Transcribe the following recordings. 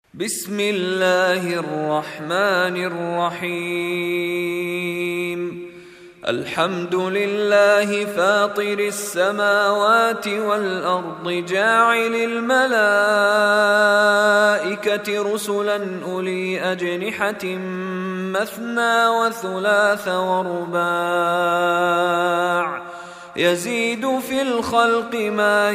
بسم الله الرحمن الرحيم. الحمد لله فاطر السماوات والأرض جاعل الملائكة رسلا أولي أجنحة مثنى وثلاث ورباع يزيد في الخلق ما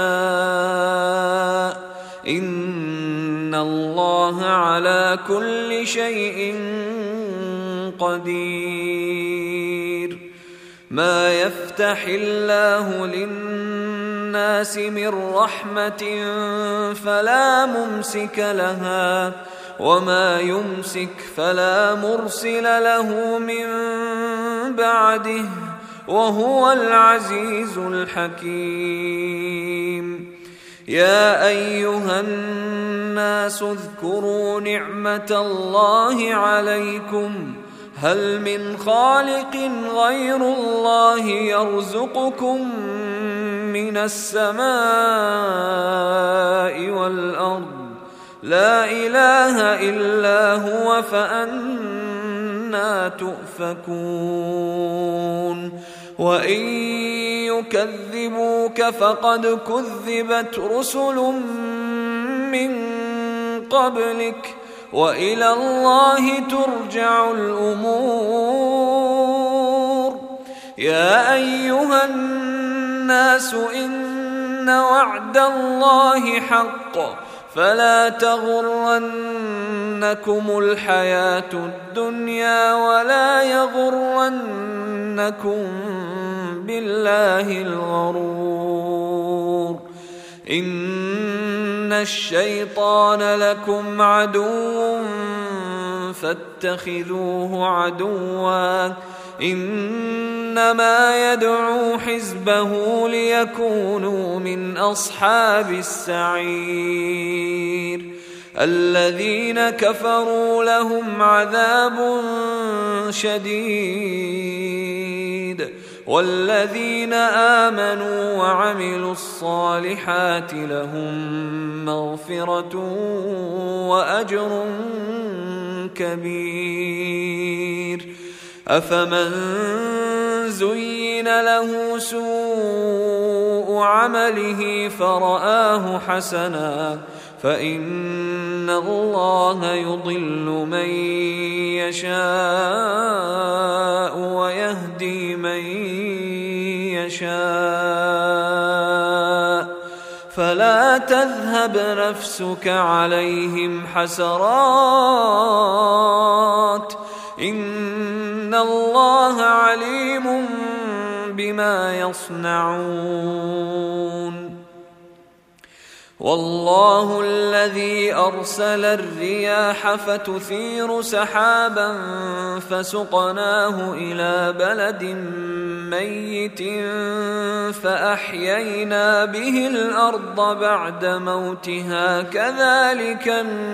يشاء إن الله على كل شيء قدير. ما يفتح الله للناس من رحمة فلا ممسك لها وما يمسك فلا مرسل له من بعده وهو العزيز الحكيم. يا أيها الناس اذكروا نعمة الله عليكم هل من خالق غير الله يرزقكم من السماء والأرض لا إله إلا هو فأنى تؤفكون. وإن يكذبوك فقد كذبت رسل من قبلك وإلى الله ترجع الأمور. يا أيها الناس إن وعد الله حق فلا تغرنكم الحياة الدنيا ولا يغرنكم بالله الغرور. إن الشيطان لكم عدو فاتخذوه عدوا إنما يدعو حزبه ليكونوا من أصحاب السعير. الذين كفروا لهم عذاب شديد والذين آمنوا وعملوا الصالحات لهم مغفرة وأجر كبير. أفمن زين له سوء عمله فرآه حسنا فإن الله يضل من يشاء ويهدي من يشاء فلا تذهب نفسك عليهم حسرات إن الله عليم بما يصنعون. والله الذي أرسل الرياح فتثير سحابا فسقناه إلى بلد ميت فأحيينا به الأرض بعد موتها كذلك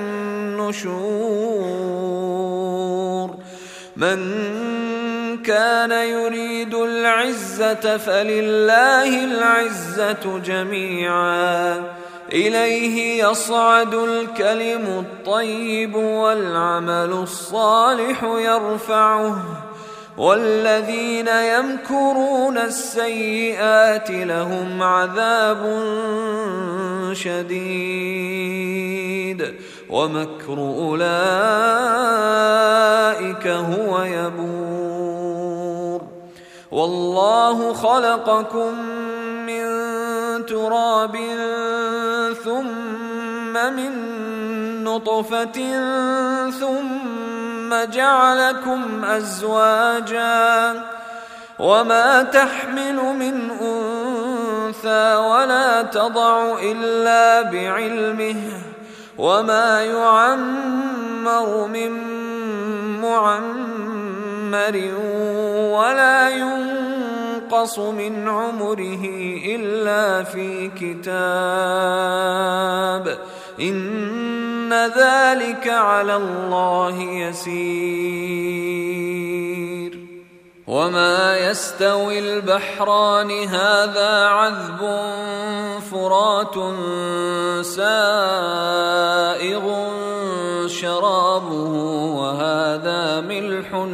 النشور. من كان يريد العزة فلله العزة جميعا إليه يصعد الكلم الطيب والعمل الصالح يرفعه والذين يمكرون السيئات لهم عذاب شديد ومكر أولئك هو يبور. والله خلقكم من تراب ثم من نطفة ثم جعلكم أزواجا وما تحمل من أنثى ولا تضع إلا بعلمه وما يعمر من معمر ولا ينقص من عمره إلا في كتاب إن ذلك على الله يسير. وما يستوي البحران هذا عذب فرات سائغ شرابه وهذا ملح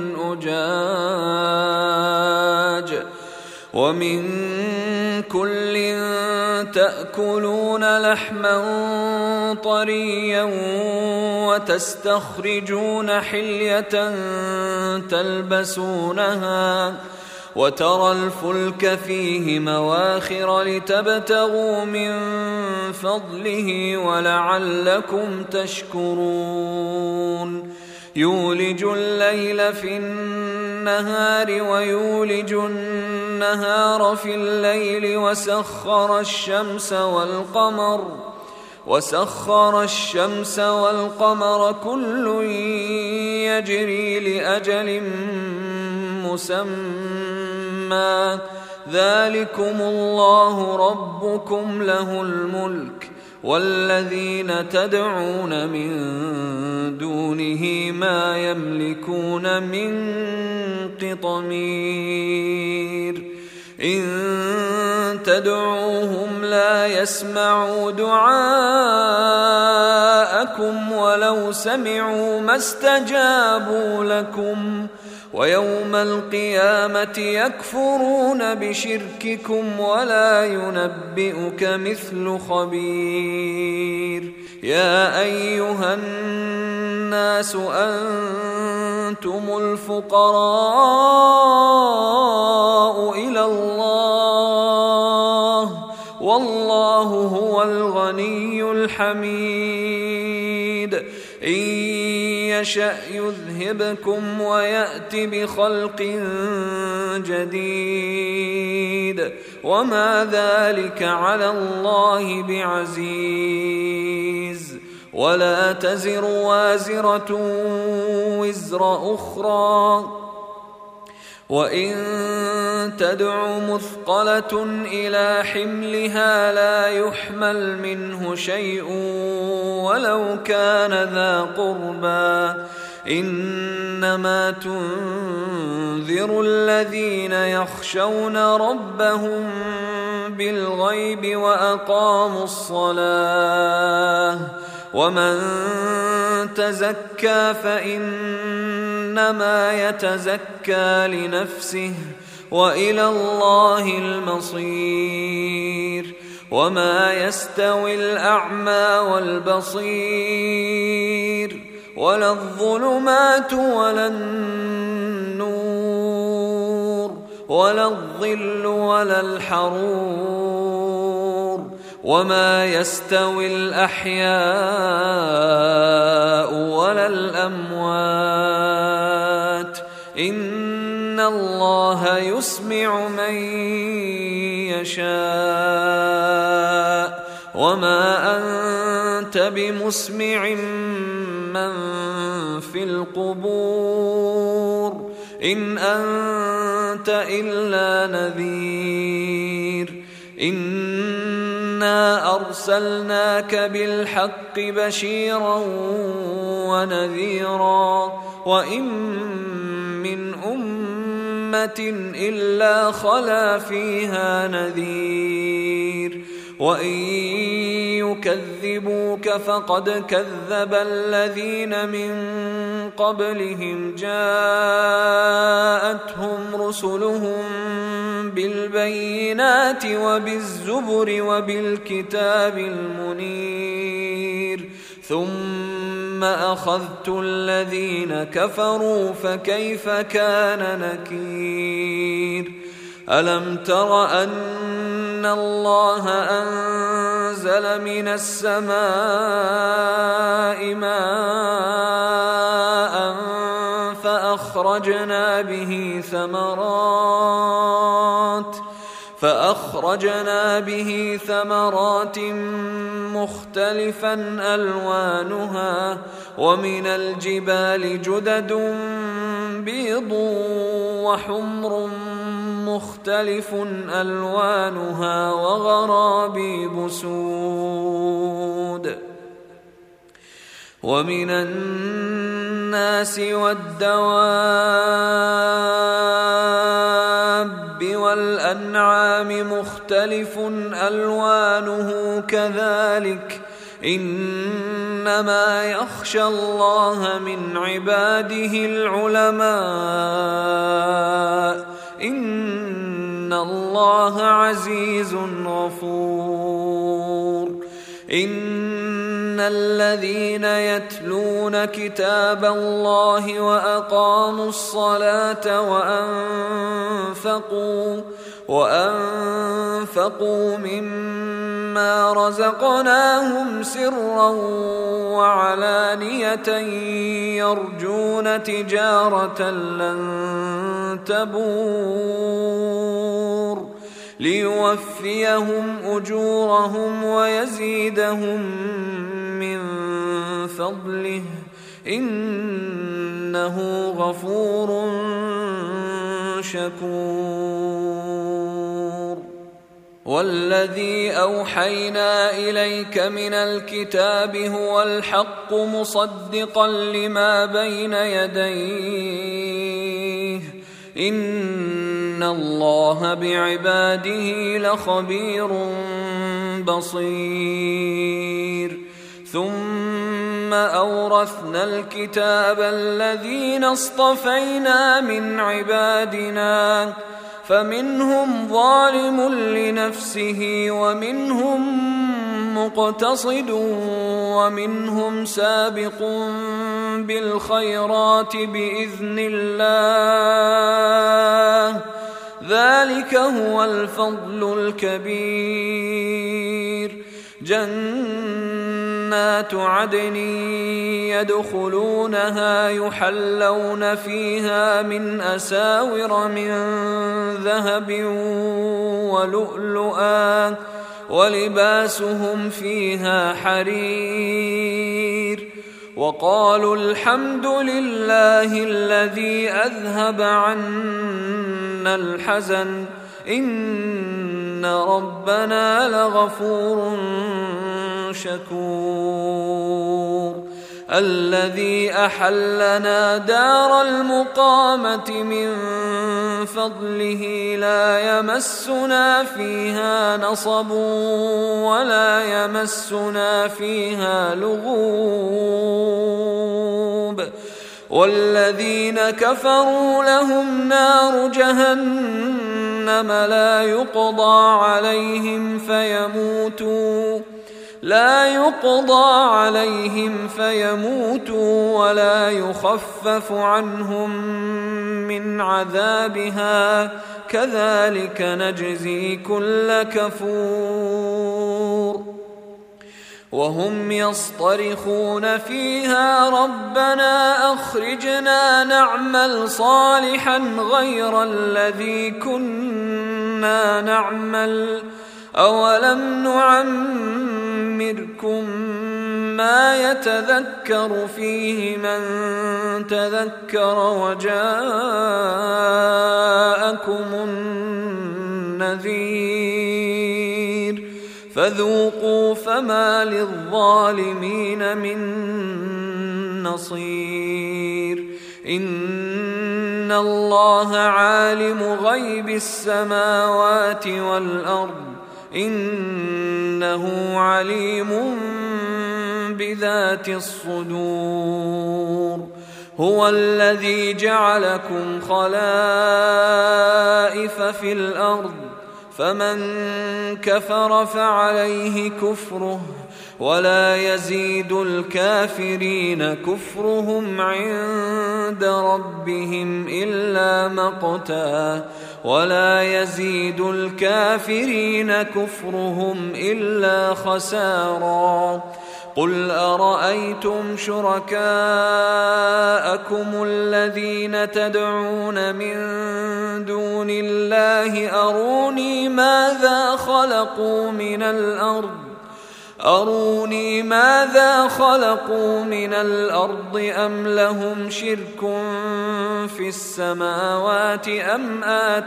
أجاج ومن كل تأكلون لحما طريا وتستخرجون حلية تلبسونها وترى الفلك فيه مواخر لتبتغوا من فضله ولعلكم تشكرون يولج الليل في النهار ويولج النهار في الليل وسخر الشمس والقمر كل يجري لأجل مسمى ذلكم الله ربكم له الملك والذين تدعون من دونه ما يملكون من قطمير إن تدعوهم لا يسمعوا دعاءكم ولو سمعوا ما استجابوا لكم ويوم القيامة يكفرون بشرككم ولا ينبئك مثل خبير يا أيها الناس أنتم الفقراء إلى الله والله هو الغني الحميد إن يشأ يذهبكم ويأت بخلق جديد وما ذلك على الله بعزيز ولا تزر وازرة وزر أخرى وإن تدع مثقلة إلى حملها لا يحمل منه شيء ولو كان ذا قربى إنما تنذر الذين يخشون ربهم بالغيب وأقاموا الصلاة ومن تزكى فإنما يتزكى لنفسه وإلى الله المصير وما يستوي الأعمى والبصير ولا الظلمات ولا النور ولا الظل ولا الحرور وما يستوي الأحياء ولا الأموات إن الله يسمع من يشاء وما أنت بمسمع من في القبور إن أنت إلا نذير إنا أرسلناك بالحق بشيرا ونذيرا وإن من أمة إلا خلا فيها نذير وإن يكذبوك فقد كذب الذين من قبلهم جاءتهم رسلهم بالبينات وبالزبر وبالكتاب المنير ثم أخذت الذين كفروا فكيف كان نكير ألم تر أن الله أنزل من السماء ماء فأخرجنا به ثمرات مختلفا ألوانها ومن الجبال جدد بيض وحمر مختلف ألوانها وغرابيب سود ومن الناس والدواب والأنعام مختلف ألوانه إنما يخشى الله من عباده العلماء إن الله عزيز غفور إن الذين يتلون كتاب الله وأقاموا الصلاة وأنفقوا مما رزقناهم سرا وعلانية يرجون تجارة لن تبور ليوفيهم أجورهم ويزيدهم من فضله إنه غفور شكور والذي أوحينا إليك من الكتاب هو الحق مصدقا لما بين يديه إن الله بعباده لخبير بصير ثم أورثنا الكتاب الذين اصطفينا من عبادنا فمنهم ظالم لنفسه ومنهم مقتصد ومنهم سابق بالخيرات بإذن الله ذلك هو الفضل الكبير جنات عدن يدخلونها يحلون فيها من أساور من ذهب ولؤلؤا ولباسهم فيها حرير وقالوا الحمد لله الذي أذهب عنا الحزن إن ربنا لغفور شكور الذي أحلنا دار المقامة من فضله لا يمسنا فيها نصب ولا يمسنا فيها لغوب والذين كفروا لهم نار جهنم لا يقضى عليهم فيموتوا ولا يخفف عنهم من عذابها كذلك نجزي كل كفور وهم يصطرخون فيها ربنا أخرجنا نعمل صالحا غير الذي كنا نعمل أولم نعمركم ما يتذكر فيه من تذكر وجاءكم النذير فذوقوا فما للظالمين من نصير إن الله عالم غيب السماوات والأرض إنه عليم بذات الصدور هو الذي جعلكم خلائف في الأرض فمن كفر فعليه كفره ولا يزيد الكافرين كفرهم عند ربهم إلا مقتا ولا يزيد الكافرين كفرهم إلا خسارا قل أرأيتم شركاءكم الذين تدعون من دون الله أروني ماذا خلقوا من الأرض أم لهم شرك في السماوات أم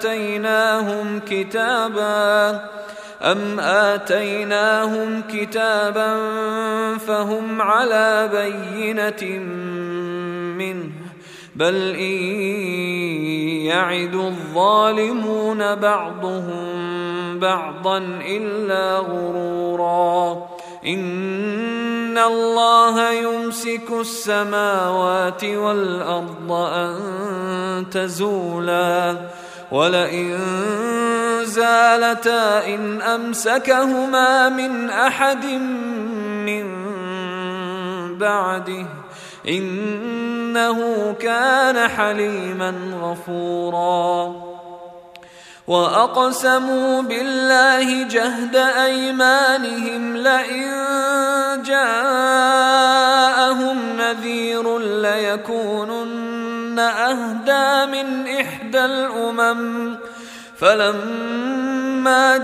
آتيناهم كتابا فهم على بينة منه بل إن يعد الظالمون بعضهم بعضا إلا غرورا إن الله يمسك السماوات والأرض أن تزولا ولئن زالتا إن أمسكهما من أحد من بعده إنه كان حليما غفورا وأقسموا بالله جهد أيمانهم لئن جاءهم نذير ليكونن أهدى من إحدى الأمم فلما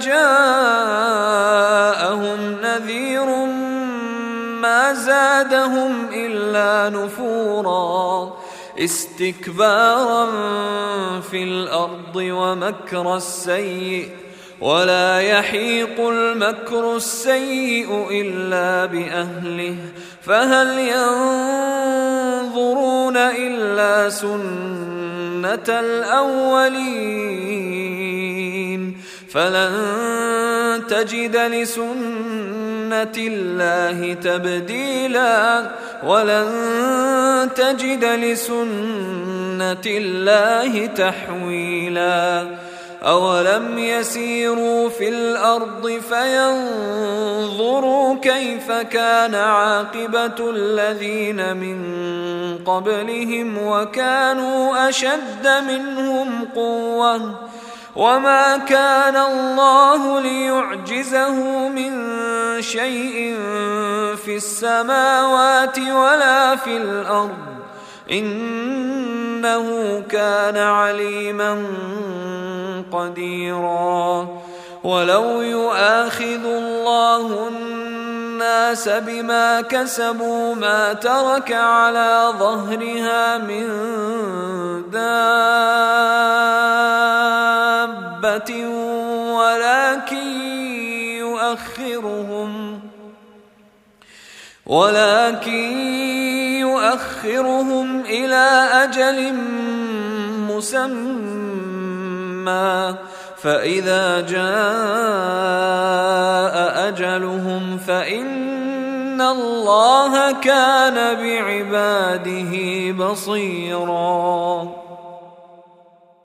جاءهم نذير ما زادهم إلا نفورا استكبارا في الأرض ومكر السيء ولا يحيق المكر السيء إلا بأهله فهل ينظرون إلا سنة الأولين فلن تجد لسنة الله تبديلا ولن تجد لسنة الله تحويلا أولم يسيروا في الأرض فينظروا كيف كان عاقبة الذين من قبلهم وكانوا أشد منهم قوة وما كان الله ليعجزه من شيء في السماوات ولا في الأرض إنه كان عليما قديرا ولو يؤاخذ الله الناس بما كسبوا ما ترك على ظهرها من دابة ولكن يؤخرهم إلى أجل مسمى فإذا جاء أجلهم فإن الله كان بعباده بصيراً.